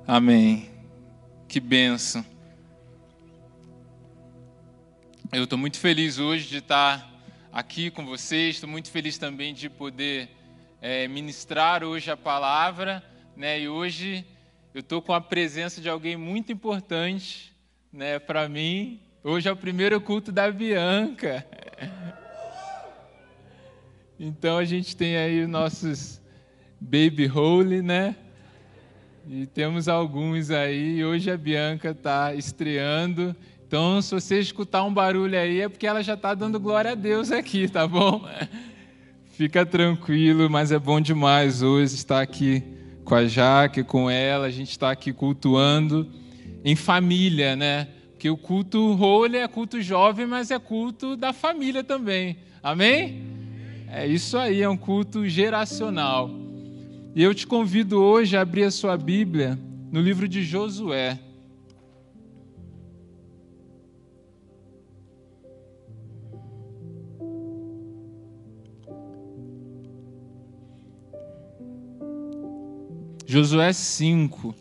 Amém. Que bênção. Eu estou muito feliz hoje de estar aqui com vocês. Estou muito feliz também de poder ministrar hoje a palavra, né? E hoje eu estou com a presença de alguém muito importante, né, para mim. Hoje é o primeiro culto da Bianca. Então a gente tem aí os nossos baby holy, né? E temos alguns aí. Hoje a Bianca está estreando. Então, se você escutar um barulho aí, é porque ela já está dando glória a Deus aqui, tá bom? Fica tranquilo, mas é bom demais hoje estar aqui com a Jaque, com ela. A gente está aqui cultuando em família, né? Porque o culto holy é culto jovem, mas é culto da família também. Amém? É isso aí, é um culto geracional. E eu te convido hoje a abrir a sua Bíblia no livro de Josué. Josué 5.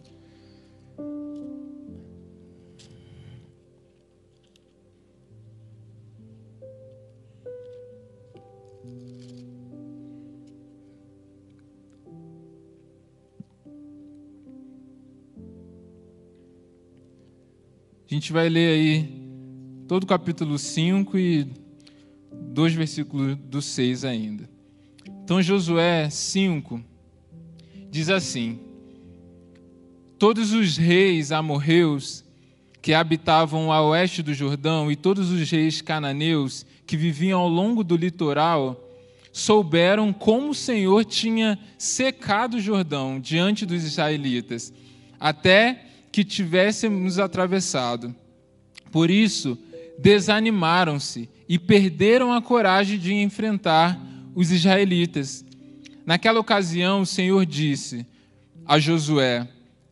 A gente vai ler aí todo o capítulo 5 e 2 versículos do 6 ainda. Então, Josué 5 diz assim: todos os reis amorreus que habitavam a oeste do Jordão e todos os reis cananeus que viviam ao longo do litoral souberam como o Senhor tinha secado o Jordão diante dos israelitas, até que tivéssemos atravessado. Por isso, desanimaram-se e perderam a coragem de enfrentar os israelitas. Naquela ocasião, o Senhor disse a Josué: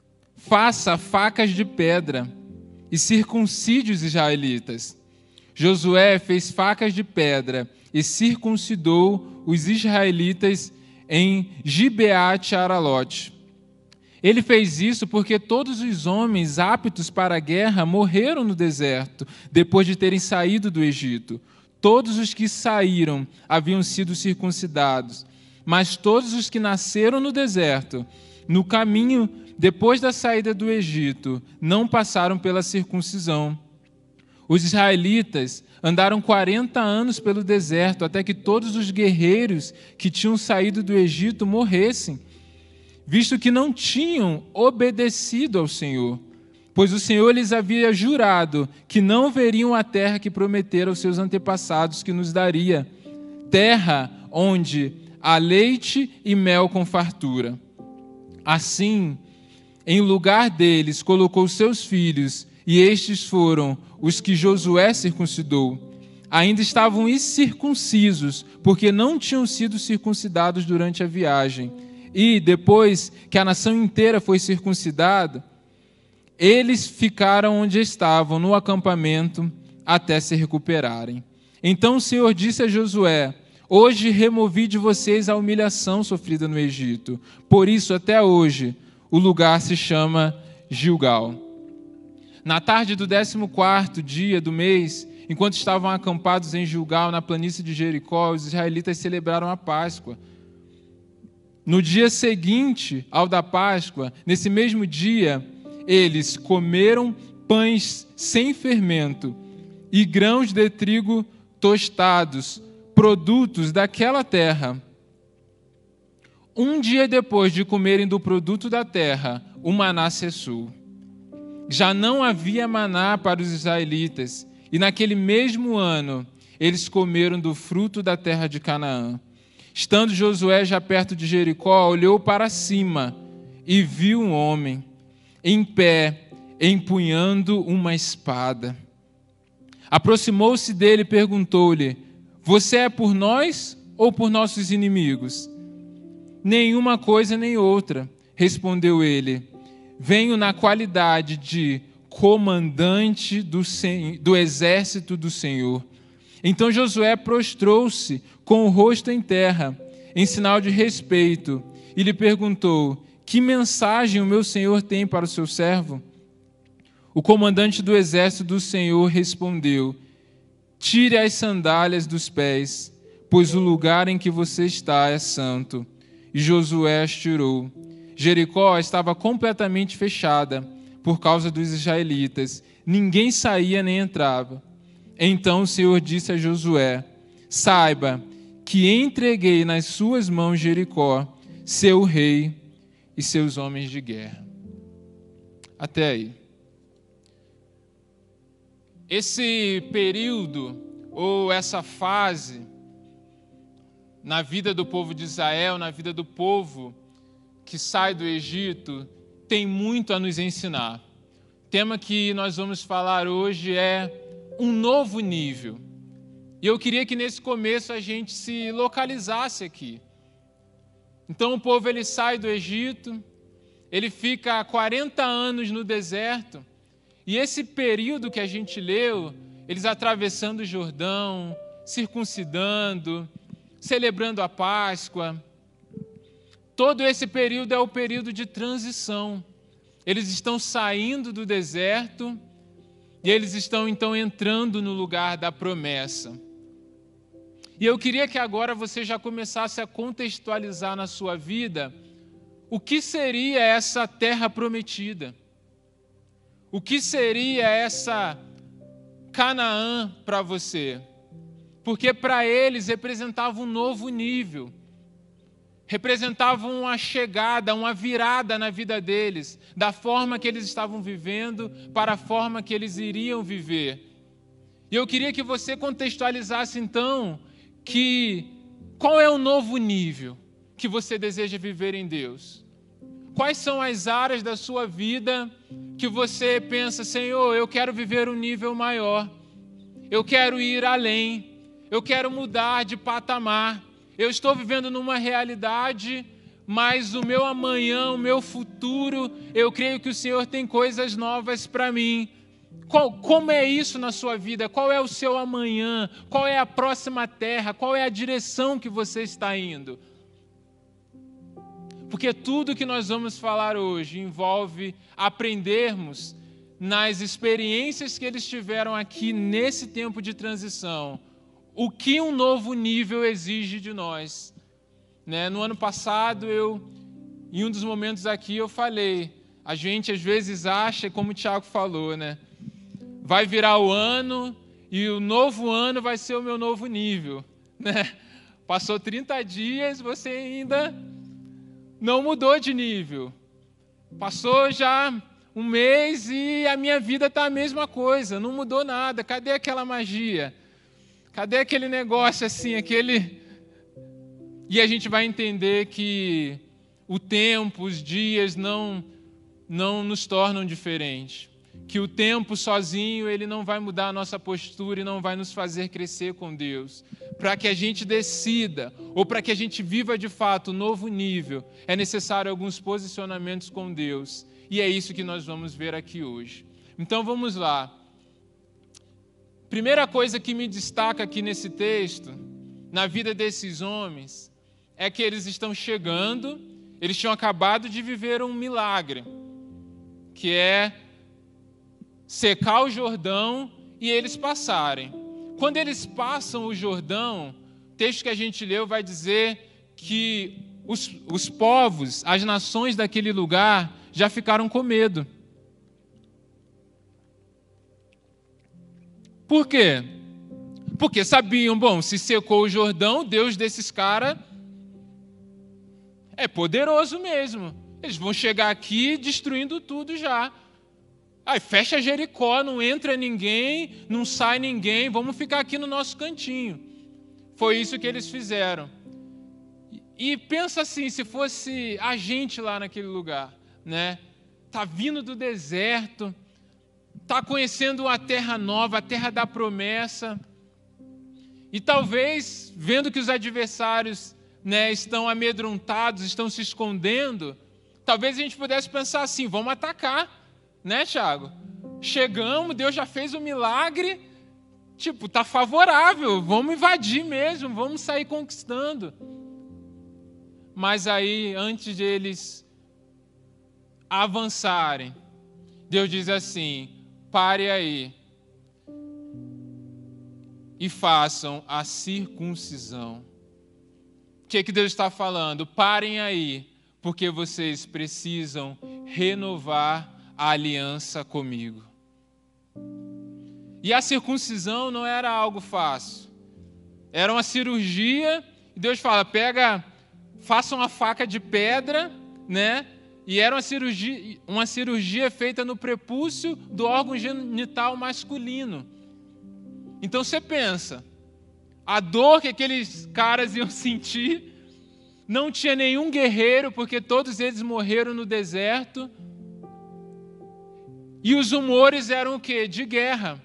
faça facas de pedra e circuncide os israelitas. Josué fez facas de pedra e circuncidou os israelitas em Gibeate-Aralote. Ele fez isso porque todos os homens aptos para a guerra morreram no deserto, depois de terem saído do Egito. Todos os que saíram haviam sido circuncidados, mas todos os que nasceram no deserto, no caminho depois da saída do Egito, não passaram pela circuncisão. Os israelitas andaram 40 anos pelo deserto, até que todos os guerreiros que tinham saído do Egito morressem, visto que não tinham obedecido ao Senhor, pois o Senhor lhes havia jurado que não veriam a terra que prometera aos seus antepassados que nos daria, terra onde há leite e mel com fartura. Assim, em lugar deles, colocou seus filhos, e estes foram os que Josué circuncidou. Ainda estavam incircuncisos, porque não tinham sido circuncidados durante a viagem. E, depois que a nação inteira foi circuncidada, eles ficaram onde estavam, no acampamento, até se recuperarem. Então o Senhor disse a Josué: hoje removi de vocês a humilhação sofrida no Egito. Por isso, até hoje, o lugar se chama Gilgal. Na tarde do 14º dia do mês, enquanto estavam acampados em Gilgal, na planície de Jericó, os israelitas celebraram a Páscoa. No dia seguinte ao da Páscoa, nesse mesmo dia, eles comeram pães sem fermento e grãos de trigo tostados, produtos daquela terra. Um dia depois de comerem do produto da terra, o maná cessou. Já não havia maná para os israelitas, e naquele mesmo ano, eles comeram do fruto da terra de Canaã. Estando Josué já perto de Jericó, olhou para cima e viu um homem em pé, empunhando uma espada. Aproximou-se dele e perguntou-lhe: você é por nós ou por nossos inimigos? Nenhuma coisa nem outra, respondeu ele. Venho na qualidade de comandante do exército do Senhor. Então Josué prostrou-se com o rosto em terra, em sinal de respeito, e lhe perguntou: que mensagem o meu senhor tem para o seu servo? O comandante do exército do Senhor respondeu: tire as sandálias dos pés, pois o lugar em que você está é santo. E Josué as tirou. Jericó estava completamente fechada por causa dos israelitas. Ninguém saía nem entrava. Então o Senhor disse a Josué: saiba que entreguei nas suas mãos Jericó, seu rei e seus homens de guerra. Até aí. Esse período, ou essa fase, na vida do povo de Israel, na vida do povo que sai do Egito, tem muito a nos ensinar. O tema que nós vamos falar hoje é um novo nível. E eu queria que nesse começo a gente se localizasse aqui. Então o povo ele sai do Egito, ele fica 40 anos no deserto, e esse período que a gente leu, eles atravessando o Jordão, circuncidando, celebrando a Páscoa, todo esse período é o período de transição. Eles estão saindo do deserto e eles estão então entrando no lugar da promessa. E eu queria que agora você já começasse a contextualizar na sua vida o que seria essa terra prometida. O que seria essa Canaã para você? Porque para eles representava um novo nível. Representava uma chegada, uma virada na vida deles, da forma que eles estavam vivendo para a forma que eles iriam viver. E eu queria que você contextualizasse então qual é o novo nível que você deseja viver em Deus. Quais são as áreas da sua vida que você pensa, Senhor, eu quero viver um nível maior, eu quero ir além, eu quero mudar de patamar, eu estou vivendo numa realidade, mas o meu amanhã, o meu futuro, eu creio que o Senhor tem coisas novas para mim. Como é isso na sua vida? Qual é o seu amanhã? Qual é a próxima terra? Qual é a direção que você está indo? Porque tudo que nós vamos falar hoje envolve aprendermos nas experiências que eles tiveram aqui nesse tempo de transição, o que um novo nível exige de nós. No ano passado, em um dos momentos aqui, eu falei, a gente às vezes acha, como o Tiago falou, vai virar o ano e o novo ano vai ser o meu novo nível. Passou 30 dias, você ainda não mudou de nível. Passou já um mês e a minha vida está a mesma coisa, não mudou nada. Cadê aquela magia? Cadê aquele negócio assim, E a gente vai entender que o tempo, os dias não nos tornam diferentes. Que o tempo sozinho ele não vai mudar a nossa postura e não vai nos fazer crescer com Deus. Para que a gente decida, ou para que a gente viva de fato um novo nível, é necessário alguns posicionamentos com Deus. E é isso que nós vamos ver aqui hoje. Então vamos lá. Primeira coisa que me destaca aqui nesse texto, na vida desses homens, é que eles estão chegando, eles tinham acabado de viver um milagre, que é secar o Jordão e eles passarem. Quando eles passam o Jordão, o texto que a gente leu vai dizer que os povos, as nações daquele lugar já ficaram com medo. Por quê? Porque sabiam, se secou o Jordão, o Deus desses caras é poderoso mesmo. Eles vão chegar aqui destruindo tudo já. Aí fecha Jericó, não entra ninguém, não sai ninguém, vamos ficar aqui no nosso cantinho. Foi isso que eles fizeram. E pensa assim, se fosse a gente lá naquele lugar, Tá vindo do deserto, tá conhecendo a terra nova, a terra da promessa. E talvez, vendo que os adversários, estão amedrontados, estão se escondendo, talvez a gente pudesse pensar assim, vamos atacar. Thiago? Chegamos, Deus já fez um milagre, tá favorável, vamos invadir mesmo, vamos sair conquistando. Mas aí, antes de eles avançarem, Deus diz assim: pare aí e façam a circuncisão. O que Deus está falando? Parem aí, porque vocês precisam renovar a aliança comigo. E a circuncisão não era algo fácil. Era uma cirurgia, e Deus fala: faça uma faca de pedra, né? E era uma cirurgia feita no prepúcio do órgão genital masculino. Então você pensa, a dor que aqueles caras iam sentir, não tinha nenhum guerreiro, porque todos eles morreram no deserto. E os humores eram o quê? De guerra.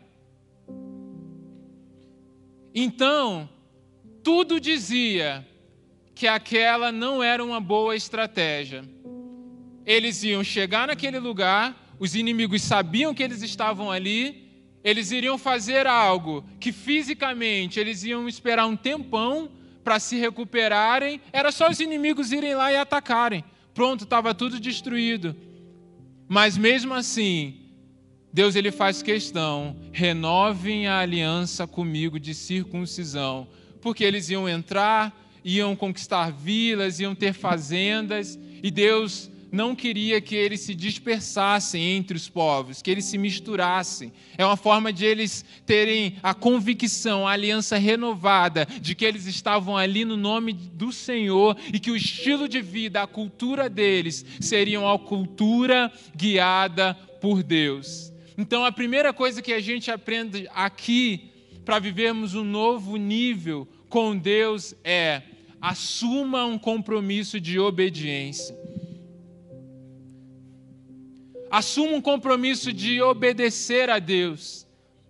Então, tudo dizia que aquela não era uma boa estratégia. Eles iam chegar naquele lugar, os inimigos sabiam que eles estavam ali, eles iriam fazer algo que fisicamente eles iam esperar um tempão para se recuperarem, era só os inimigos irem lá e atacarem. Pronto, estava tudo destruído. Mas mesmo assim, Deus ele faz questão: renovem a aliança comigo de circuncisão, porque eles iam entrar, iam conquistar vilas, iam ter fazendas, e Deus não queria que eles se dispersassem entre os povos, que eles se misturassem. É uma forma de eles terem a convicção, a aliança renovada, de que eles estavam ali no nome do Senhor e que o estilo de vida, a cultura deles, seriam a cultura guiada por Deus. Então, a primeira coisa que a gente aprende aqui para vivermos um novo nível com Deus é: assuma um compromisso de obediência. Assuma um compromisso de obedecer a Deus.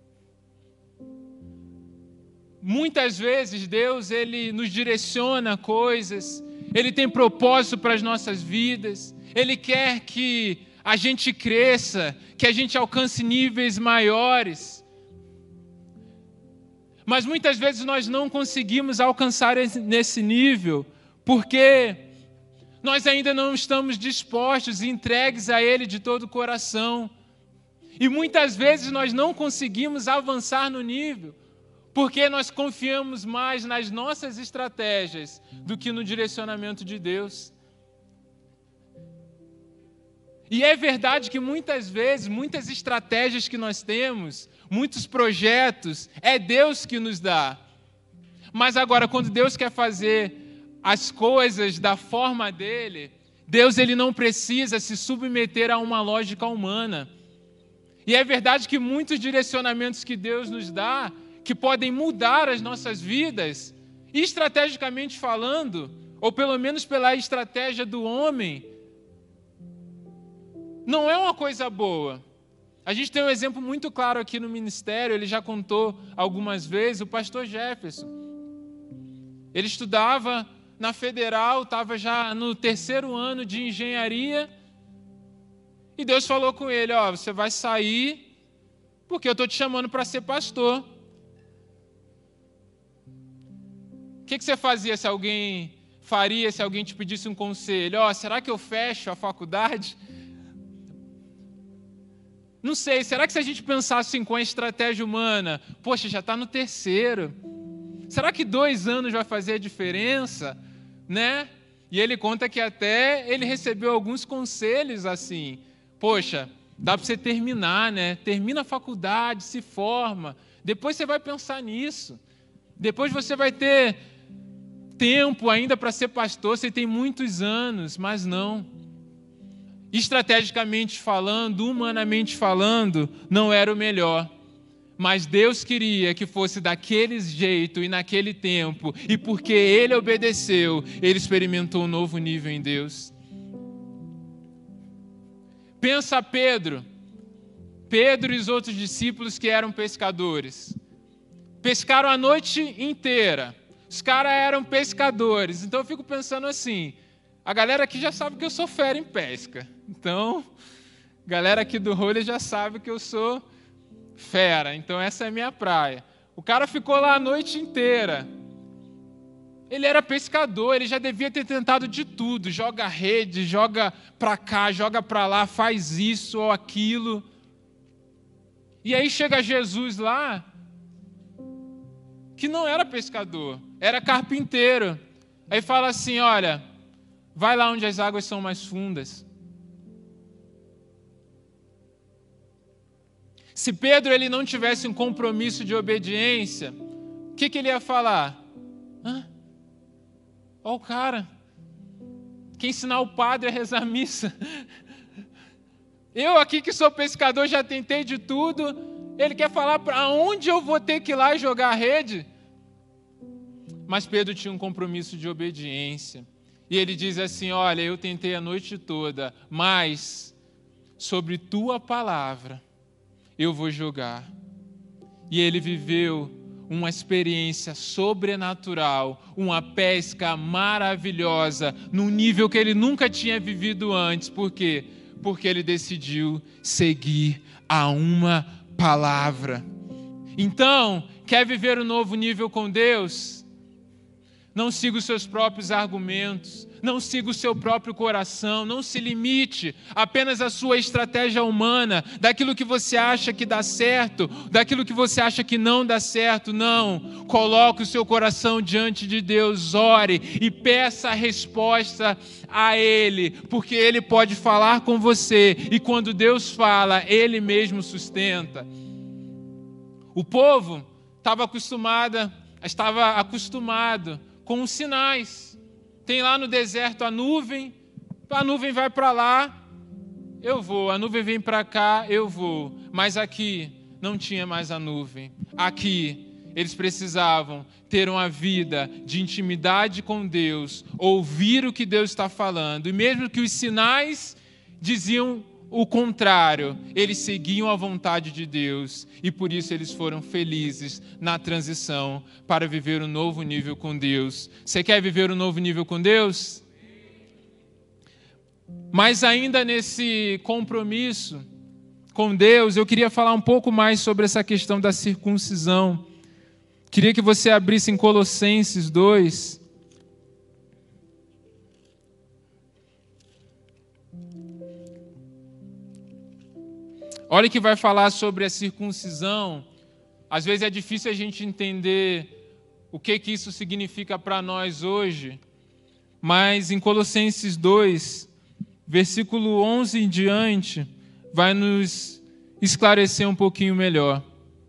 Muitas vezes Deus ele nos direciona coisas, Ele tem propósito para as nossas vidas, Ele quer que a gente cresça, que a gente alcance níveis maiores. Mas muitas vezes nós não conseguimos alcançar nesse nível, porque nós ainda não estamos dispostos e entregues a Ele de todo o coração. E muitas vezes nós não conseguimos avançar no nível, porque nós confiamos mais nas nossas estratégias do que no direcionamento de Deus. E é verdade que muitas vezes, muitas estratégias que nós temos, muitos projetos, é Deus que nos dá. Mas agora, quando Deus quer fazer as coisas da forma dele, Deus ele não precisa se submeter a uma lógica humana. E é verdade que muitos direcionamentos que Deus nos dá, que podem mudar as nossas vidas, estrategicamente falando, ou pelo menos pela estratégia do homem, não é uma coisa boa. A gente tem um exemplo muito claro aqui no ministério, ele já contou algumas vezes, o pastor Jefferson. Ele estudava na Federal, estava já no 3º ano de engenharia, e Deus falou com ele: você vai sair, porque eu estou te chamando para ser pastor. O que você faria se alguém te pedisse um conselho? Será que eu fecho a faculdade? Não sei, será que se a gente pensasse assim, com a estratégia humana, poxa, já está no 3º, será que 2 anos vai fazer a diferença? Né? E ele conta que até ele recebeu alguns conselhos assim: poxa, dá para você terminar, né? Termina a faculdade, se forma, depois você vai pensar nisso, depois você vai ter tempo ainda para ser pastor, você tem muitos anos. Mas não. Estrategicamente falando, humanamente falando, não era o melhor. Mas Deus queria que fosse daquele jeito e naquele tempo. E porque ele obedeceu, ele experimentou um novo nível em Deus. Pensa Pedro. Pedro e os outros discípulos que eram pescadores. Pescaram a noite inteira. Os caras eram pescadores. Então eu fico pensando assim, a galera aqui já sabe que eu sou fera em pesca. Então, a galera aqui do rolê já sabe que eu sou fera, então essa é a minha praia. O cara ficou lá a noite inteira. Ele era pescador, ele já devia ter tentado de tudo. Joga rede, joga para cá, joga para lá, faz isso ou aquilo. E aí chega Jesus lá, que não era pescador, era carpinteiro. Aí fala assim, olha, vai lá onde as águas são mais fundas. Se Pedro ele não tivesse um compromisso de obediência, o que ele ia falar? Olha o cara, quer ensinar o padre a rezar a missa. Eu aqui que sou pescador já tentei de tudo, ele quer falar para onde eu vou ter que ir lá e jogar a rede? Mas Pedro tinha um compromisso de obediência. E ele diz assim, olha, eu tentei a noite toda, mas sobre tua palavra eu vou jogar. E ele viveu uma experiência sobrenatural, uma pesca maravilhosa, num nível que ele nunca tinha vivido antes. Por quê? Porque ele decidiu seguir a uma palavra. Então, quer viver um novo nível com Deus? Não siga os seus próprios argumentos, não siga o seu próprio coração, não se limite apenas à sua estratégia humana, daquilo que você acha que dá certo, daquilo que você acha que não dá certo. Não, coloque o seu coração diante de Deus, ore e peça a resposta a Ele, porque Ele pode falar com você e quando Deus fala, Ele mesmo sustenta. O povo estava acostumado com os sinais. Tem lá no deserto a nuvem vai para lá, eu vou, a nuvem vem para cá, eu vou. Mas aqui não tinha mais a nuvem. Aqui eles precisavam ter uma vida de intimidade com Deus, ouvir o que Deus está falando. E mesmo que os sinais diziam o contrário, eles seguiam a vontade de Deus e por isso eles foram felizes na transição para viver um novo nível com Deus. Você quer viver um novo nível com Deus? Mas ainda nesse compromisso com Deus, eu queria falar um pouco mais sobre essa questão da circuncisão. Queria que você abrisse em Colossenses 2. Olha que vai falar sobre a circuncisão. Às vezes é difícil a gente entender o que isso significa para nós hoje. Mas em Colossenses 2, versículo 11 em diante, vai nos esclarecer um pouquinho melhor.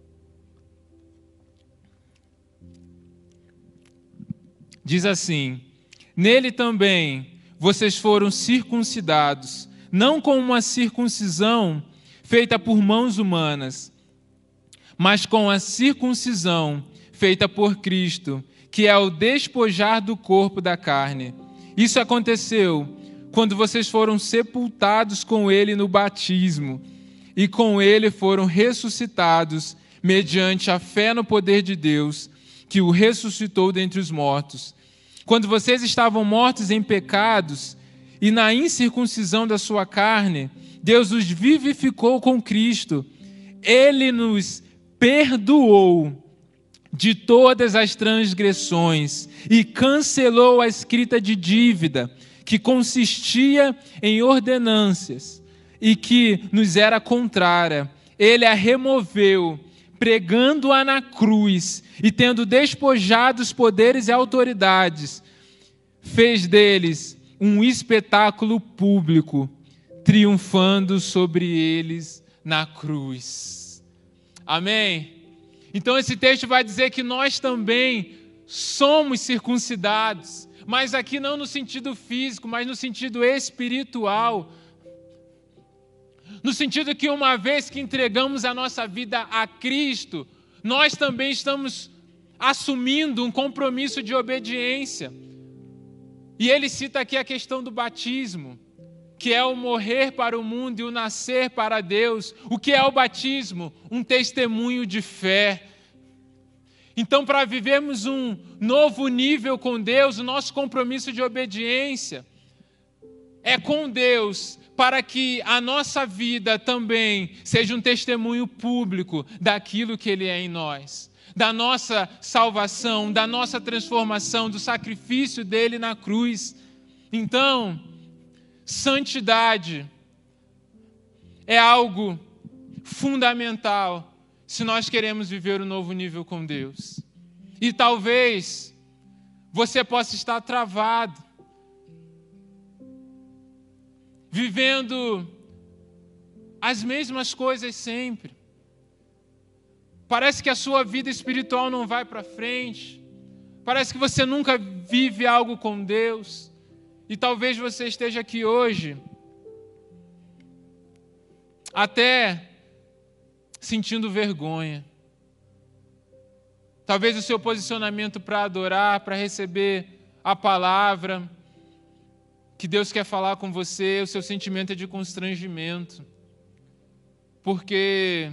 Diz assim: nele também vocês foram circuncidados, não com uma circuncisão feita por mãos humanas, mas com a circuncisão feita por Cristo, que é o despojar do corpo da carne. Isso aconteceu quando vocês foram sepultados com Ele no batismo, e com Ele foram ressuscitados mediante a fé no poder de Deus, que o ressuscitou dentre os mortos. Quando vocês estavam mortos em pecados e na incircuncisão da sua carne, Deus os vivificou com Cristo. Ele nos perdoou de todas as transgressões e cancelou a escrita de dívida que consistia em ordenanças e que nos era contrária. Ele a removeu, pregando-a na cruz e tendo despojado os poderes e autoridades, fez deles um espetáculo público, triunfando sobre eles na cruz. Amém? Então esse texto vai dizer que nós também somos circuncidados, mas aqui não no sentido físico, mas no sentido espiritual. No sentido que uma vez que entregamos a nossa vida a Cristo, nós também estamos assumindo um compromisso de obediência. E ele cita aqui a questão do batismo, que é o morrer para o mundo e o nascer para Deus. O que é o batismo? Um testemunho de fé. Então, para vivermos um novo nível com Deus, o nosso compromisso de obediência é com Deus, para que a nossa vida também seja um testemunho público daquilo que Ele é em nós. da nossa salvação, da nossa transformação, do sacrifício dele na cruz. Então, santidade é algo fundamental se nós queremos viver um novo nível com Deus. E talvez você possa estar travado, vivendo as mesmas coisas sempre. Parece que a sua vida espiritual não vai para frente. Parece que você nunca vive algo com Deus. E talvez você esteja aqui hoje até sentindo vergonha. Talvez o seu posicionamento para adorar, para receber a palavra que Deus quer falar com você, o seu sentimento é de constrangimento. Porque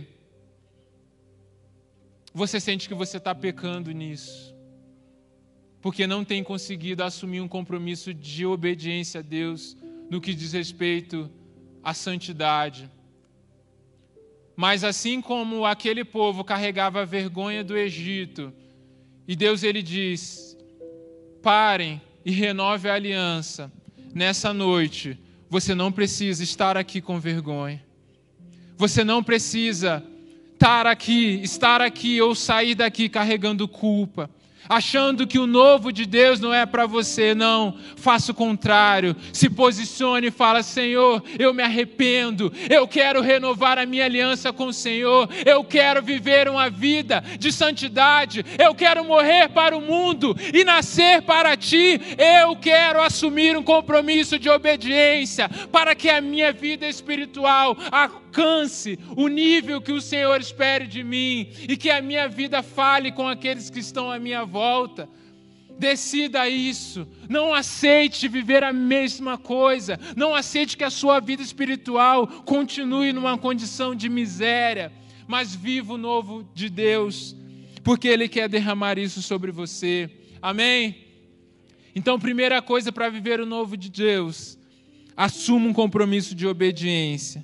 você sente que você está pecando nisso. Porque não tem conseguido assumir um compromisso de obediência a Deus no que diz respeito à santidade. Mas assim como aquele povo carregava a vergonha do Egito, e Deus ele diz, parem e renove a aliança, nessa noite você não precisa estar aqui com vergonha. Você não precisa estar aqui ou sair daqui carregando culpa, achando que o novo de Deus não é para você. Não, faça o contrário. Se posicione e fala, Senhor, eu me arrependo, eu quero renovar a minha aliança com o Senhor, eu quero viver uma vida de santidade, eu quero morrer para o mundo e nascer para Ti, eu quero assumir um compromisso de obediência para que a minha vida espiritual alcance o nível que o Senhor espere de mim e que a minha vida fale com aqueles que estão à minha volta. Decida isso. Não aceite viver a mesma coisa. Não aceite que a sua vida espiritual continue numa condição de miséria, mas viva o novo de Deus, porque Ele quer derramar isso sobre você. Amém? Então, primeira coisa para viver o novo de Deus, assuma um compromisso de obediência.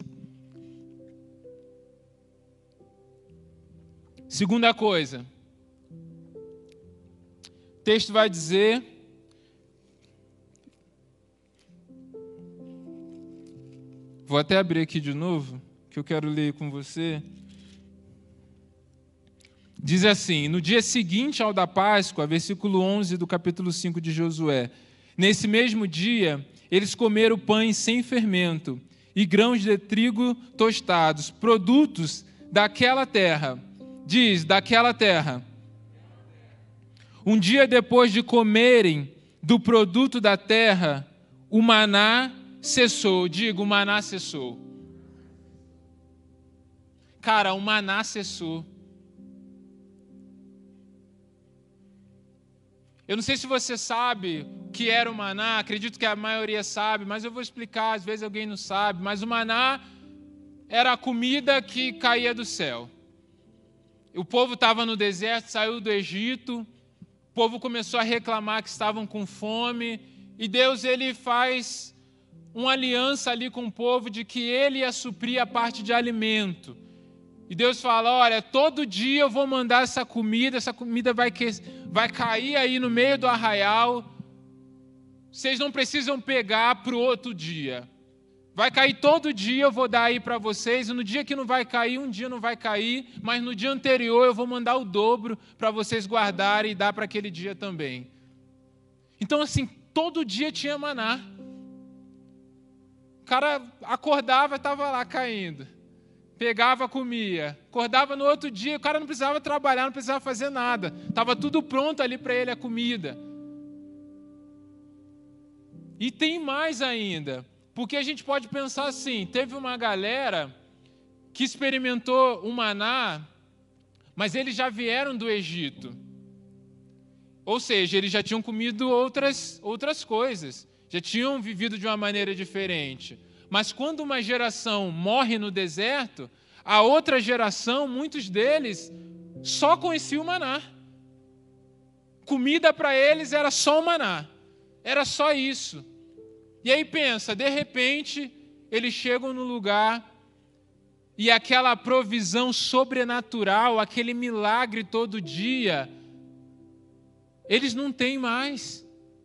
Segunda coisa, o texto vai dizer, vou até abrir aqui de novo, que eu quero ler com você. Diz assim, no dia seguinte ao da Páscoa, versículo 11 do capítulo 5 de Josué, nesse mesmo dia, eles comeram pães sem fermento e grãos de trigo tostados, produtos daquela terra. Diz, daquela terra. Um dia depois de comerem do produto da terra, o maná cessou. Digo, o maná cessou. Cara, o maná cessou. Eu não sei se você sabe o que era o maná, acredito que a maioria sabe, mas eu vou explicar, às vezes alguém não sabe. Mas o maná era a comida que caía do céu. O povo estava no deserto, saiu do Egito, o povo começou a reclamar que estavam com fome, e Deus ele faz uma aliança ali com o povo de que Ele ia suprir a parte de alimento. E Deus fala, olha, todo dia eu vou mandar essa comida vai cair aí no meio do arraial, vocês não precisam pegar para o outro dia. Vai cair todo dia, eu vou dar aí para vocês, e no dia que não vai cair, um dia não vai cair, mas no dia anterior eu vou mandar o dobro para vocês guardarem e dar para aquele dia também. Então, assim, todo dia tinha maná. O cara acordava e estava lá caindo. Pegava, comia. Acordava no outro dia, o cara não precisava trabalhar, não precisava fazer nada. Estava tudo pronto ali para ele, a comida. E tem mais ainda. Porque a gente pode pensar assim, teve uma galera que experimentou o maná, mas eles já vieram do Egito. Ou seja, eles já tinham comido outras coisas, já tinham vivido de uma maneira diferente. Mas quando uma geração morre no deserto, a outra geração, muitos deles, só conheciam o maná. Comida para eles era só o maná, era só isso. E aí pensa, de repente, eles chegam no lugar e aquela provisão sobrenatural, aquele milagre todo dia, eles não têm mais.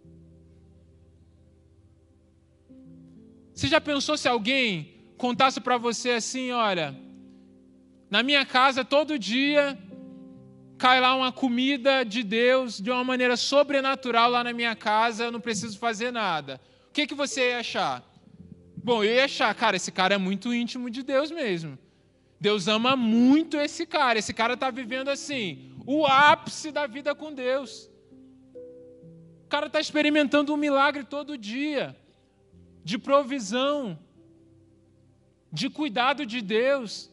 Você já pensou se alguém contasse para você assim, olha, na minha casa todo dia cai lá uma comida de Deus de uma maneira sobrenatural lá na minha casa, eu não preciso fazer nada. O que você ia achar? Bom, eu ia achar, cara, esse cara é muito íntimo de Deus mesmo. Deus ama muito esse cara está vivendo assim, o ápice da vida com Deus. O cara está experimentando um milagre todo dia, de provisão, de cuidado de Deus.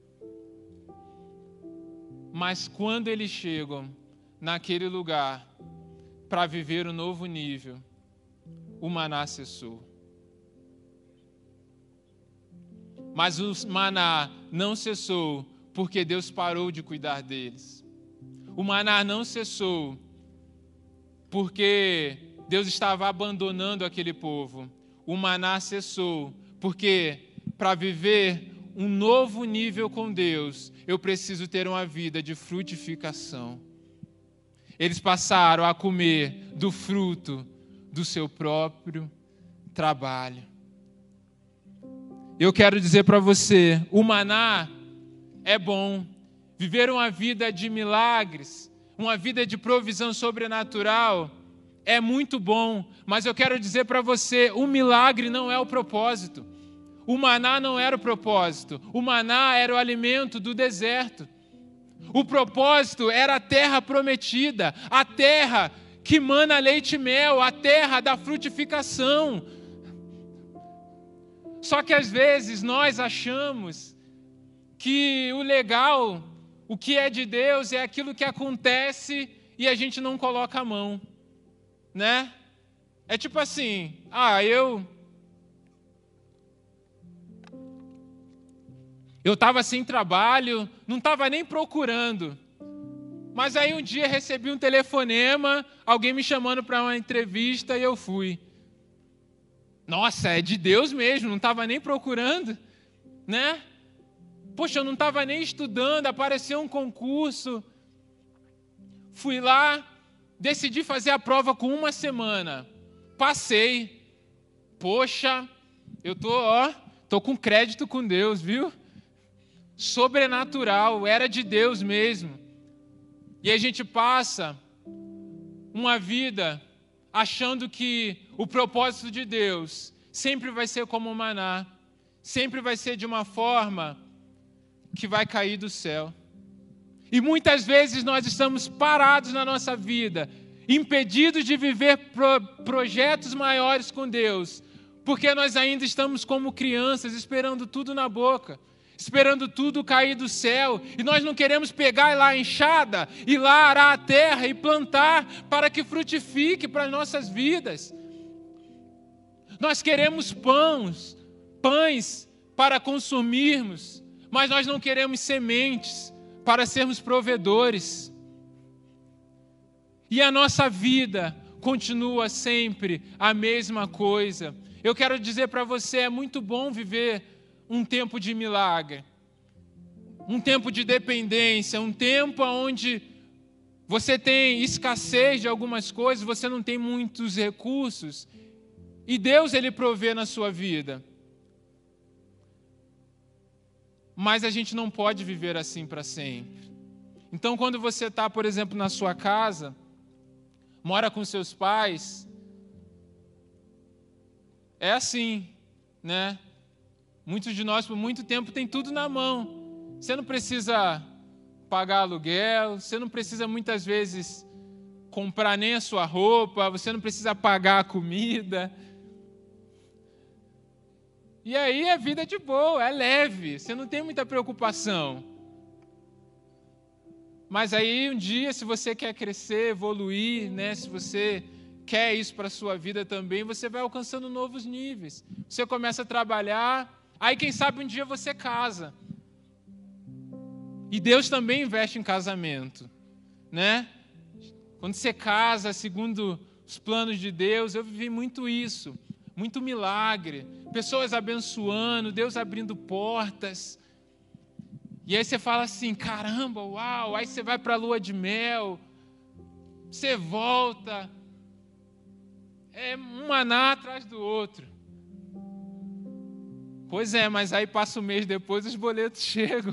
Mas quando eles chegam naquele lugar para viver um novo nível, o maná cessou. Mas o maná não cessou porque Deus parou de cuidar deles. O maná não cessou porque Deus estava abandonando aquele povo. O maná cessou porque para viver um novo nível com Deus, eu preciso ter uma vida de frutificação. Eles passaram a comer do fruto do seu próprio trabalho. Eu quero dizer para você, o maná é bom. Viver uma vida de milagres, uma vida de provisão sobrenatural é muito bom. Mas eu quero dizer para você, o milagre não é o propósito. O maná não era o propósito. O maná era o alimento do deserto. O propósito era a terra prometida, a terra que mana leite e mel, a terra da frutificação. Só que às vezes nós achamos que o legal, o que é de Deus, é aquilo que acontece e a gente não coloca a mão, né? É tipo assim, eu estava sem trabalho, não estava nem procurando. Mas aí um dia recebi um telefonema, alguém me chamando para uma entrevista e eu fui. Nossa, é de Deus mesmo, não estava nem procurando, né? Poxa, eu não estava nem estudando, apareceu um concurso. Fui lá, decidi fazer a prova com 1 semana. Passei. Poxa, eu tô com crédito com Deus, viu? Sobrenatural, era de Deus mesmo. E a gente passa uma vida achando que o propósito de Deus sempre vai ser como o maná, sempre vai ser de uma forma que vai cair do céu. E muitas vezes nós estamos parados na nossa vida, impedidos de viver projetos maiores com Deus, porque nós ainda estamos como crianças, esperando tudo na boca, esperando tudo cair do céu, e nós não queremos pegar lá a enxada, e lá arar a terra e plantar para que frutifique para as nossas vidas. Nós queremos pães para consumirmos, mas nós não queremos sementes para sermos provedores. E a nossa vida continua sempre a mesma coisa. Eu quero dizer para você, é muito bom viver um tempo de milagre, um tempo de dependência, um tempo onde você tem escassez de algumas coisas, você não tem muitos recursos, e Deus, Ele provê na sua vida. Mas a gente não pode viver assim para sempre. Então, quando você está, por exemplo, na sua casa, mora com seus pais, é assim, né? Muitos de nós, por muito tempo, tem tudo na mão. Você não precisa pagar aluguel, você não precisa, muitas vezes, comprar nem a sua roupa, você não precisa pagar a comida. E aí a vida é de boa, é leve, você não tem muita preocupação. Mas aí um dia, se você quer crescer, evoluir, né, se você quer isso para a sua vida também, você vai alcançando novos níveis. Você começa a trabalhar, aí quem sabe um dia você casa. E Deus também investe em casamento, né? Quando você casa segundo os planos de Deus, eu vivi muito isso, muito milagre, pessoas abençoando, Deus abrindo portas. E aí você fala assim, caramba, uau, aí você vai para a lua de mel, você volta, é um maná atrás do outro. Pois é, mas aí passa um mês depois, os boletos chegam.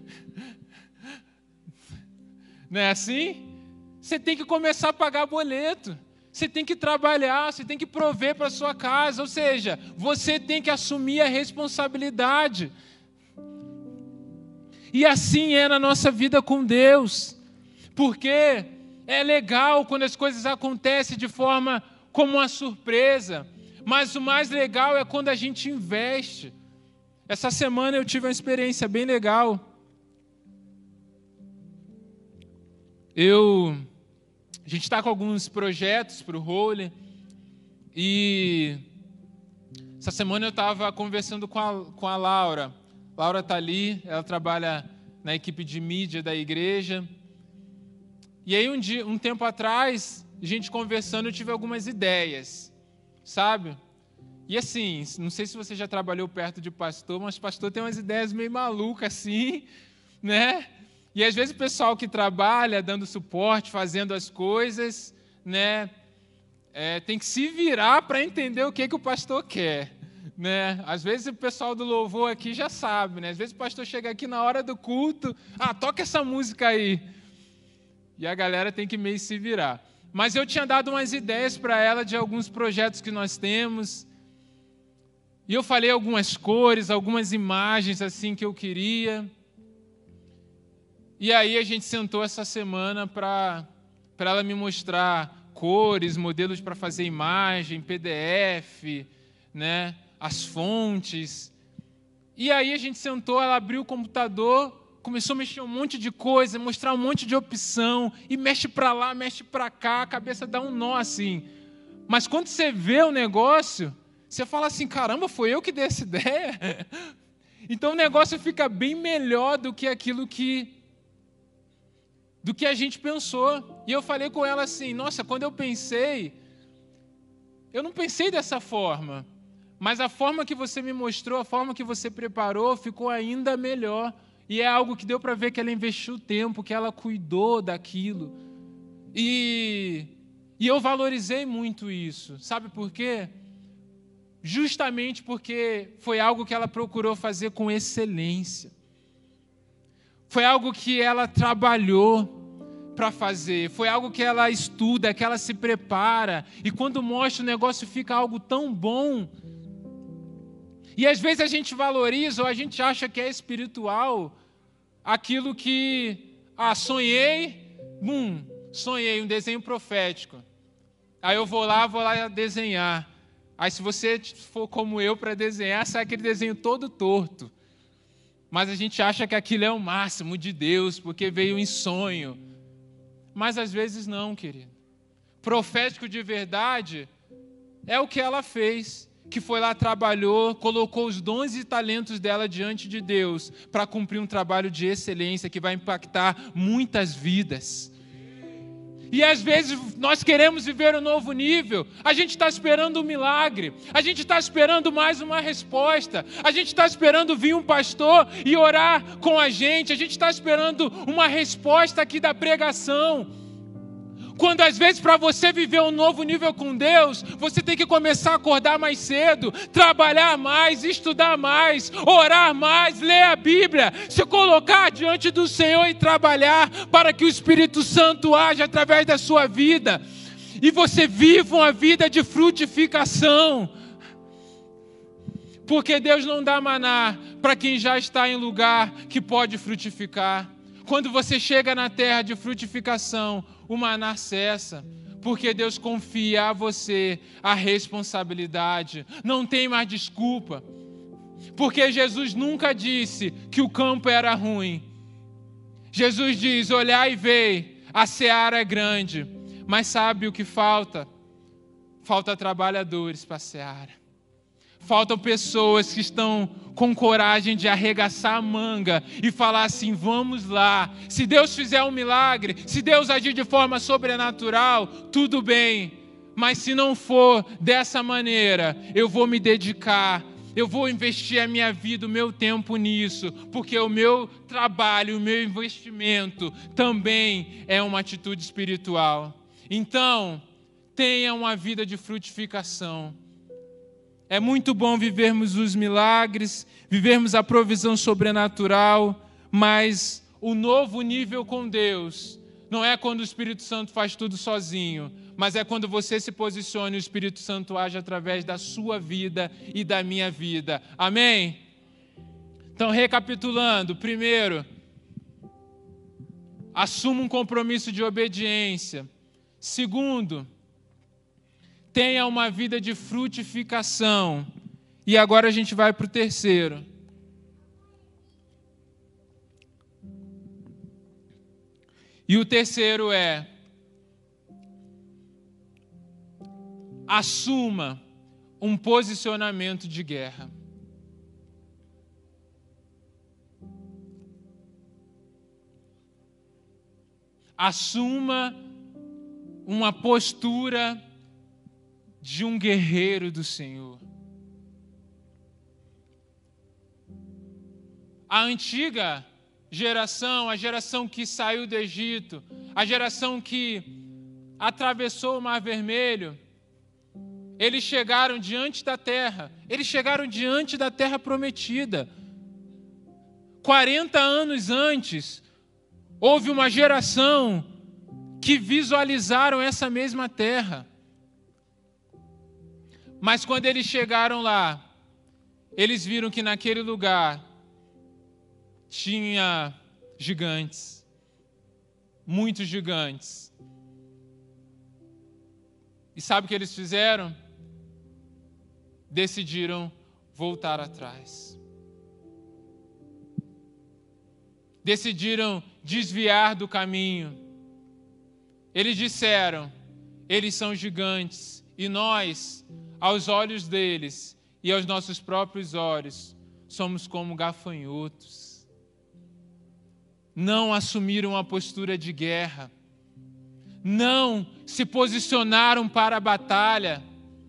Não é assim? Você tem que começar a pagar boleto. Você tem que trabalhar, você tem que prover para a sua casa. Ou seja, você tem que assumir a responsabilidade. E assim é na nossa vida com Deus. Porque é legal quando as coisas acontecem de forma como uma surpresa. Mas o mais legal é quando a gente investe. Essa semana eu tive uma experiência bem legal. A gente está com alguns projetos para o Holy. E essa semana eu estava conversando com a Laura. Laura está ali, ela trabalha na equipe de mídia da igreja. E aí um tempo atrás, a gente conversando, eu tive algumas ideias, sabe? E assim, não sei se você já trabalhou perto de pastor, mas pastor tem umas ideias meio malucas assim, né? E às vezes o pessoal que trabalha dando suporte, fazendo as coisas, né, tem que se virar para entender o que o pastor quer, né? Às vezes o pessoal do louvor aqui já sabe, né? Às vezes o pastor chega aqui na hora do culto, toca essa música aí. E a galera tem que meio se virar. Mas eu tinha dado umas ideias para ela de alguns projetos que nós temos. E eu falei algumas cores, algumas imagens assim que eu queria. E aí a gente sentou essa semana para ela me mostrar cores, modelos para fazer imagem, PDF, né, as fontes. E aí a gente sentou, ela abriu o computador, começou a mexer um monte de coisa, mostrar um monte de opção, e mexe para lá, mexe para cá, a cabeça dá um nó assim. Mas quando você vê o negócio, você fala assim, caramba, foi eu que dei essa ideia? Então o negócio fica bem melhor do que aquilo que a gente pensou. E eu falei com ela assim, nossa, quando eu pensei, eu não pensei dessa forma, mas a forma que você me mostrou, a forma que você preparou, ficou ainda melhor. E é algo que deu para ver que ela investiu tempo, que ela cuidou daquilo. E eu valorizei muito isso. Sabe por quê? Justamente porque foi algo que ela procurou fazer com excelência. Foi algo que ela trabalhou para fazer, foi algo que ela estuda, que ela se prepara, e quando mostra o negócio fica algo tão bom. E às vezes a gente valoriza ou a gente acha que é espiritual aquilo que, sonhei um desenho profético. Aí eu vou lá desenhar. Aí se você for como eu para desenhar, sai aquele desenho todo torto. Mas a gente acha que aquilo é o máximo de Deus, porque veio em sonho. Mas às vezes não, querido. Profético de verdade é o que ela fez, que foi lá, trabalhou, colocou os dons e talentos dela diante de Deus para cumprir um trabalho de excelência que vai impactar muitas vidas. E às vezes nós queremos viver um novo nível, a gente está esperando um milagre, a gente está esperando mais uma resposta, a gente está esperando vir um pastor e orar com a gente está esperando uma resposta aqui da pregação. Quando às vezes para você viver um novo nível com Deus, você tem que começar a acordar mais cedo, trabalhar mais, estudar mais, orar mais, ler a Bíblia, se colocar diante do Senhor e trabalhar para que o Espírito Santo age através da sua vida. E você viva uma vida de frutificação. Porque Deus não dá maná para quem já está em lugar que pode frutificar. Quando você chega na terra de frutificação, o maná cessa, porque Deus confia a você a responsabilidade. Não tem mais desculpa, porque Jesus nunca disse que o campo era ruim. Jesus diz, olhai e vei, a seara é grande, mas sabe o que falta? Falta trabalhadores para a seara. Faltam pessoas que estão com coragem de arregaçar a manga e falar assim, vamos lá. Se Deus fizer um milagre, se Deus agir de forma sobrenatural, tudo bem. Mas se não for dessa maneira, eu vou me dedicar eu vou investir a minha vida, o meu tempo nisso, porque o meu trabalho, o meu investimento também é uma atitude espiritual. Então, tenha uma vida de frutificação. É muito bom vivermos os milagres, vivermos a provisão sobrenatural, mas o novo nível com Deus não é quando o Espírito Santo faz tudo sozinho, mas é quando você se posiciona e o Espírito Santo age através da sua vida e da minha vida. Amém? Então, recapitulando, primeiro, assuma um compromisso de obediência. Segundo, tenha uma vida de frutificação. E agora a gente vai para o terceiro. E o terceiro é: assuma um posicionamento de guerra. Assuma uma postura de um guerreiro do Senhor. A antiga geração, a geração que saiu do Egito, a geração que atravessou o Mar Vermelho, eles chegaram diante da terra, prometida. 40 anos antes, houve uma geração que visualizaram essa mesma terra. Mas quando eles chegaram lá, eles viram que naquele lugar tinha gigantes, muitos gigantes. E sabe o que eles fizeram? Decidiram voltar atrás. Decidiram desviar do caminho. Eles disseram: eles são gigantes e nós, aos olhos deles e aos nossos próprios olhos, somos como gafanhotos. Não assumiram a postura de guerra. Não se posicionaram para a batalha.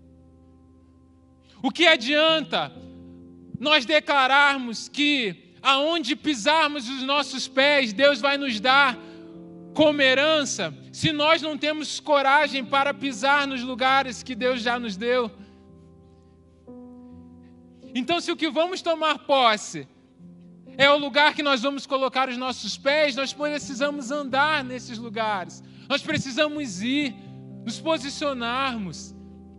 O que adianta nós declararmos que aonde pisarmos os nossos pés, Deus vai nos dar como herança, se nós não temos coragem para pisar nos lugares que Deus já nos deu? Então, se o que vamos tomar posse é o lugar que nós vamos colocar os nossos pés, nós precisamos andar nesses lugares. Nós precisamos ir, nos posicionarmos.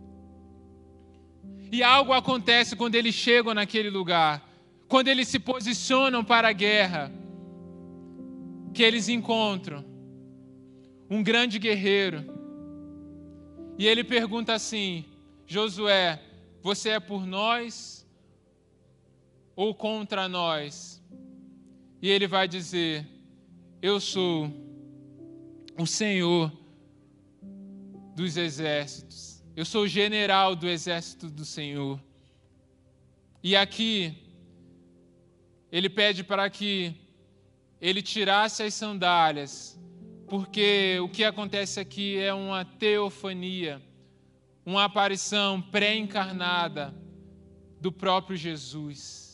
E algo acontece quando eles chegam naquele lugar, quando eles se posicionam para a guerra, que eles encontram um grande guerreiro. E ele pergunta assim: Josué, você é por nós ou contra nós? E ele vai dizer: eu sou o Senhor dos exércitos. Eu sou o general do exército do Senhor. E aqui, ele pede para que ele tirasse as sandálias, porque o que acontece aqui é uma teofania, uma aparição pré-encarnada do próprio Jesus.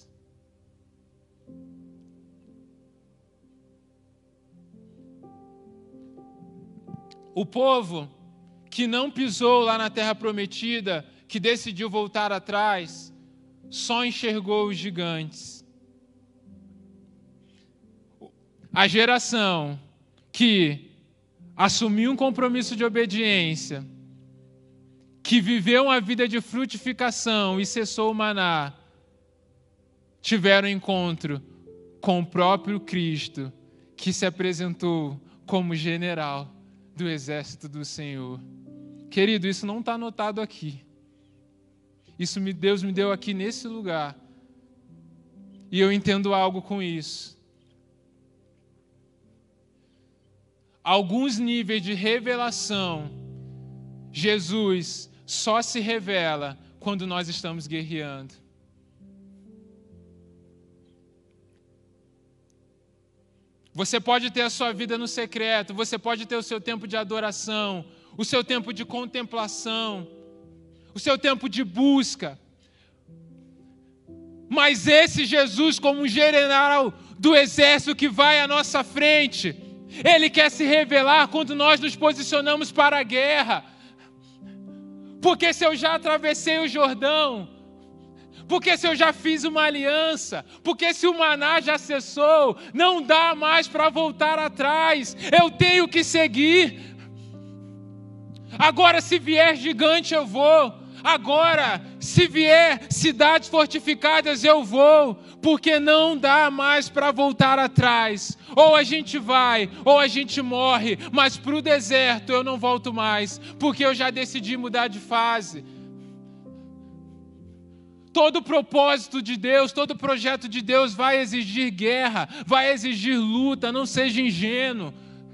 O povo que não pisou lá na terra prometida, que decidiu voltar atrás, só enxergou os gigantes. A geração que assumiu um compromisso de obediência, que viveu uma vida de frutificação e cessou o maná, tiveram encontro com o próprio Cristo, que se apresentou como general do exército do Senhor. Querido, isso não está anotado aqui. Isso Deus me deu aqui nesse lugar. E eu entendo algo com isso. Alguns níveis de revelação, Jesus só se revela quando nós estamos guerreando. Você pode ter a sua vida no secreto, você pode ter o seu tempo de adoração, o seu tempo de contemplação, o seu tempo de busca. Mas esse Jesus, como um general do exército que vai à nossa frente, Ele quer se revelar quando nós nos posicionamos para a guerra. Porque se eu já atravessei o Jordão, porque se eu já fiz uma aliança, porque se o maná já cessou, não dá mais para voltar atrás, eu tenho que seguir. Agora, se vier gigante, eu vou. Agora, se vier cidades fortificadas, eu vou, porque não dá mais para voltar atrás. Ou a gente vai, ou a gente morre, mas para o deserto eu não volto mais, porque eu já decidi mudar de fase. Todo propósito de Deus, todo projeto de Deus vai exigir guerra, vai exigir luta, não seja ingênuo.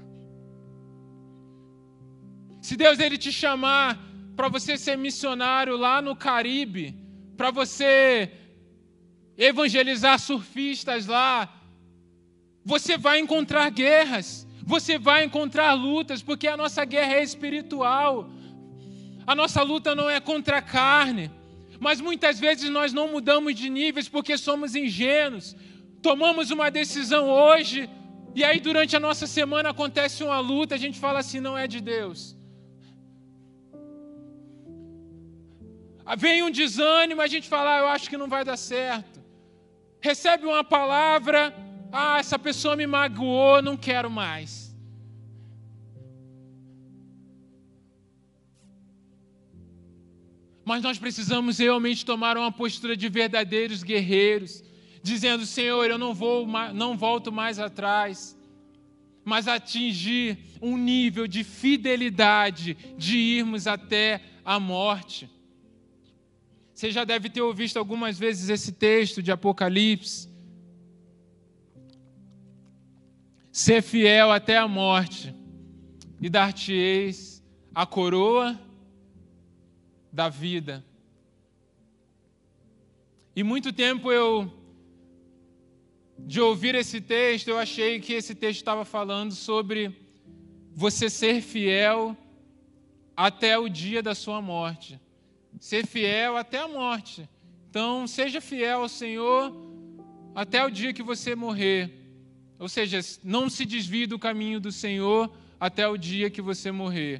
Se Deus ele te chamar para você ser missionário lá no Caribe, para você evangelizar surfistas lá, você vai encontrar guerras, você vai encontrar lutas, porque a nossa guerra é espiritual. A nossa luta não é contra a carne, mas muitas vezes nós não mudamos de níveis porque somos ingênuos. Tomamos uma decisão hoje e aí durante a nossa semana acontece uma luta, a gente fala assim, não é de Deus. Vem um desânimo, a gente fala, eu acho que não vai dar certo. Recebe uma palavra, essa pessoa me magoou, não quero mais. Mas nós precisamos realmente tomar uma postura de verdadeiros guerreiros, dizendo, Senhor, eu não volto mais atrás, mas atingir um nível de fidelidade, de irmos até a morte. Você já deve ter ouvido algumas vezes esse texto de Apocalipse. Ser fiel até a morte, e dar-te-eis a coroa da vida. E muito tempo de ouvir esse texto, eu achei que esse texto estava falando sobre você ser fiel até o dia da sua morte. Ser fiel até a morte. Então, seja fiel ao Senhor até o dia que você morrer. Ou seja, não se desvie do caminho do Senhor até o dia que você morrer.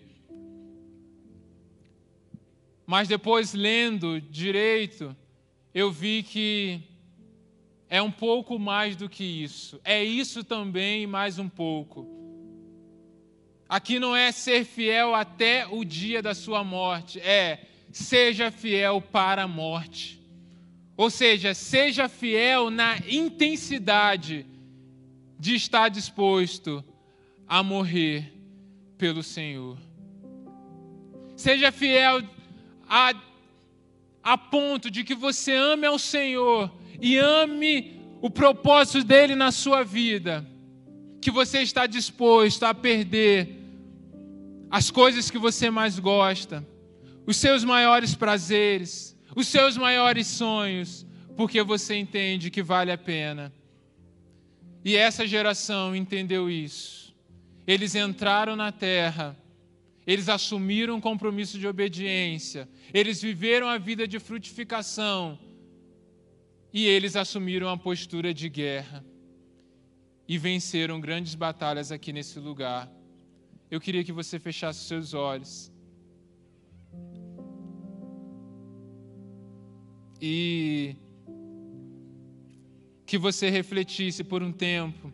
Mas depois, lendo direito, eu vi que é um pouco mais do que isso. É isso também e mais um pouco. Aqui não é ser fiel até o dia da sua morte, seja fiel para a morte. Ou seja, seja fiel na intensidade de estar disposto a morrer pelo Senhor. Seja fiel a ponto de que você ame ao Senhor e ame o propósito dele na sua vida, que você está disposto a perder as coisas que você mais gosta, os seus maiores prazeres, os seus maiores sonhos, porque você entende que vale a pena. E essa geração entendeu isso. Eles entraram na terra, eles assumiram um compromisso de obediência, eles viveram a vida de frutificação e eles assumiram a postura de guerra e venceram grandes batalhas aqui nesse lugar. Eu queria que você fechasse os seus olhos. E que você refletisse por um tempo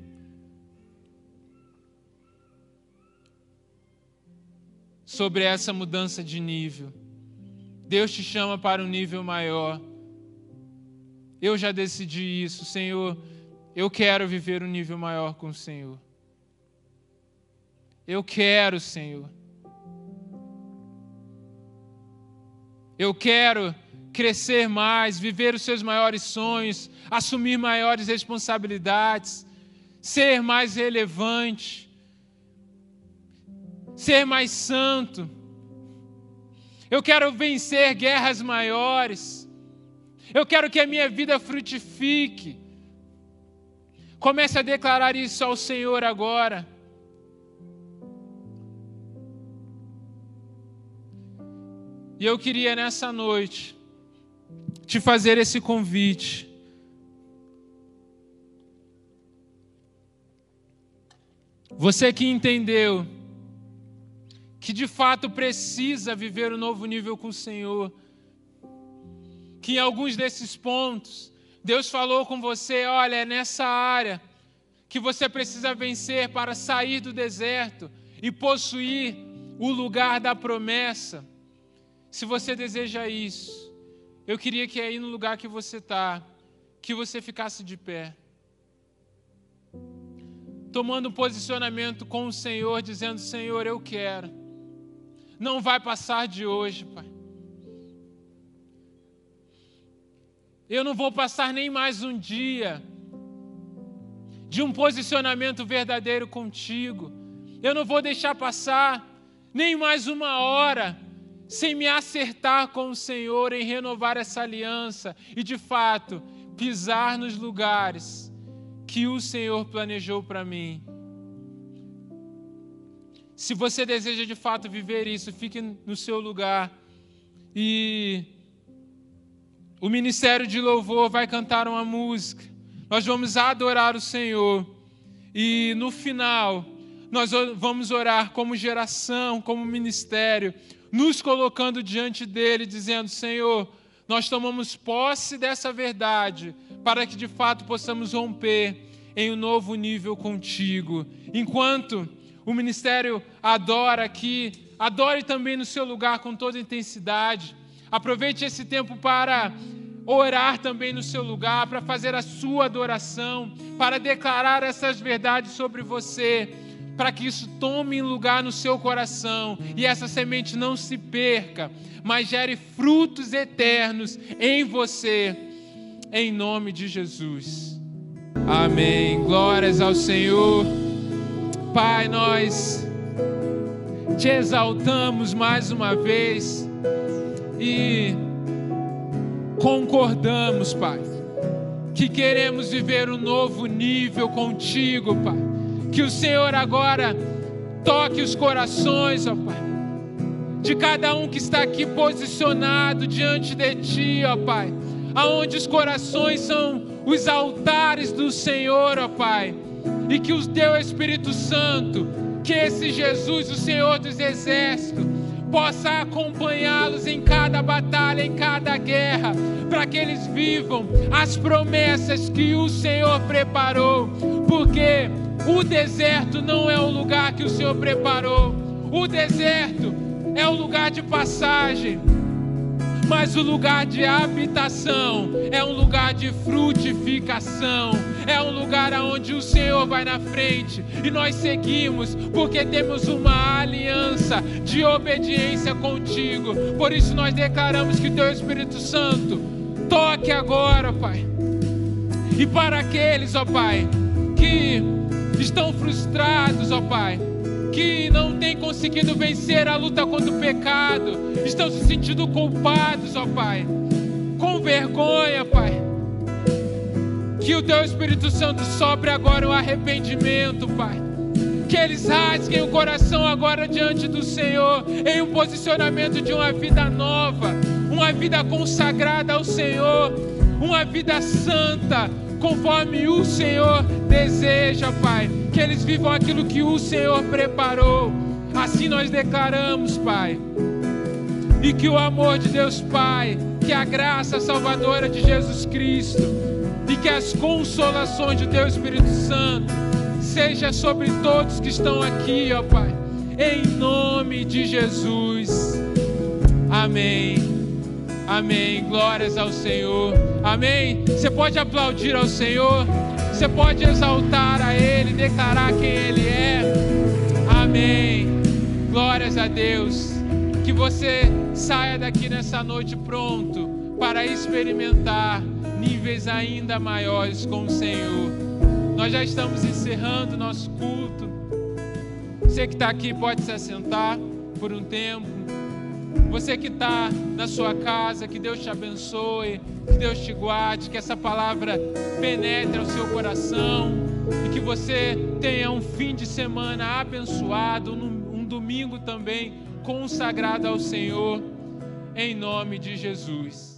sobre essa mudança de nível. Deus te chama para um nível maior. Eu já decidi isso, Senhor. Eu quero viver um nível maior com o Senhor. Eu quero, Senhor. Eu quero crescer mais, viver os seus maiores sonhos, assumir maiores responsabilidades, ser mais relevante, ser mais santo. Eu quero vencer guerras maiores. Eu quero que a minha vida frutifique. Comece a declarar isso ao Senhor agora. E eu queria nessa noite te fazer esse convite Você que entendeu que de fato precisa viver um novo nível com o Senhor, que em alguns desses pontos Deus falou com você, olha, é nessa área que você precisa vencer para sair do deserto e possuir o lugar da promessa. Se você deseja isso, eu queria que aí no lugar que você está, que você ficasse de pé, tomando um posicionamento com o Senhor, dizendo, Senhor, eu quero. Não vai passar de hoje, Pai. Eu não vou passar nem mais um dia de um posicionamento verdadeiro contigo. Eu não vou deixar passar nem mais uma hora sem me acertar com o Senhor em renovar essa aliança e, de fato, pisar nos lugares que o Senhor planejou para mim. Se você deseja de fato viver isso, fique no seu lugar. E o Ministério de Louvor vai cantar uma música. Nós vamos adorar o Senhor. E no final, nós vamos orar como geração, como ministério, nos colocando diante dele, dizendo, Senhor, nós tomamos posse dessa verdade para que de fato possamos romper em um novo nível contigo. Enquanto o ministério adora aqui, adore também no seu lugar com toda intensidade. Aproveite esse tempo para orar também no seu lugar, para fazer a sua adoração, para declarar essas verdades sobre você, para que isso tome lugar no seu coração e essa semente não se perca, mas gere frutos eternos em você, em nome de Jesus. Amém. Glórias ao Senhor. Pai, nós te exaltamos mais uma vez e concordamos, Pai, que queremos viver um novo nível contigo, Pai. Que o Senhor agora toque os corações, ó Pai, de cada um que está aqui posicionado diante de Ti, ó Pai, aonde os corações são os altares do Senhor, ó Pai, e que o Teu Espírito Santo, que esse Jesus, o Senhor dos Exércitos, possa acompanhá-los em cada batalha, em cada guerra, para que eles vivam as promessas que o Senhor preparou, porque o deserto não é o lugar que o Senhor preparou, o deserto é o lugar de passagem, mas o lugar de habitação é um lugar de frutificação, é um lugar onde o Senhor vai na frente e nós seguimos porque temos uma aliança de obediência contigo. Por isso nós declaramos que Teu Espírito Santo toque agora, Pai, e para aqueles, ó Pai, que estão frustrados, ó Pai, que não têm conseguido vencer a luta contra o pecado, estão se sentindo culpados, ó Pai, com vergonha, Pai, que o Teu Espírito Santo sopre agora o arrependimento, Pai, que eles rasguem o coração agora diante do Senhor, em um posicionamento de uma vida nova, uma vida consagrada ao Senhor, uma vida santa, conforme o Senhor deseja, Pai, que eles vivam aquilo que o Senhor preparou. Assim nós declaramos, Pai, e que o amor de Deus Pai, que a graça salvadora de Jesus Cristo e que as consolações de Teu Espírito Santo seja sobre todos que estão aqui, ó Pai, em nome de Jesus. Amém. Amém. Glórias ao Senhor. Amém. Você pode aplaudir ao Senhor. Você pode exaltar a Ele, declarar quem Ele é. Amém. Glórias a Deus. Que você saia daqui nessa noite pronto para experimentar níveis ainda maiores com o Senhor. Nós já estamos encerrando o nosso culto. Você que está aqui pode se assentar por um tempo. Você que está na sua casa, que Deus te abençoe, que Deus te guarde, que essa palavra penetre ao seu coração e que você tenha um fim de semana abençoado, um domingo também consagrado ao Senhor, em nome de Jesus.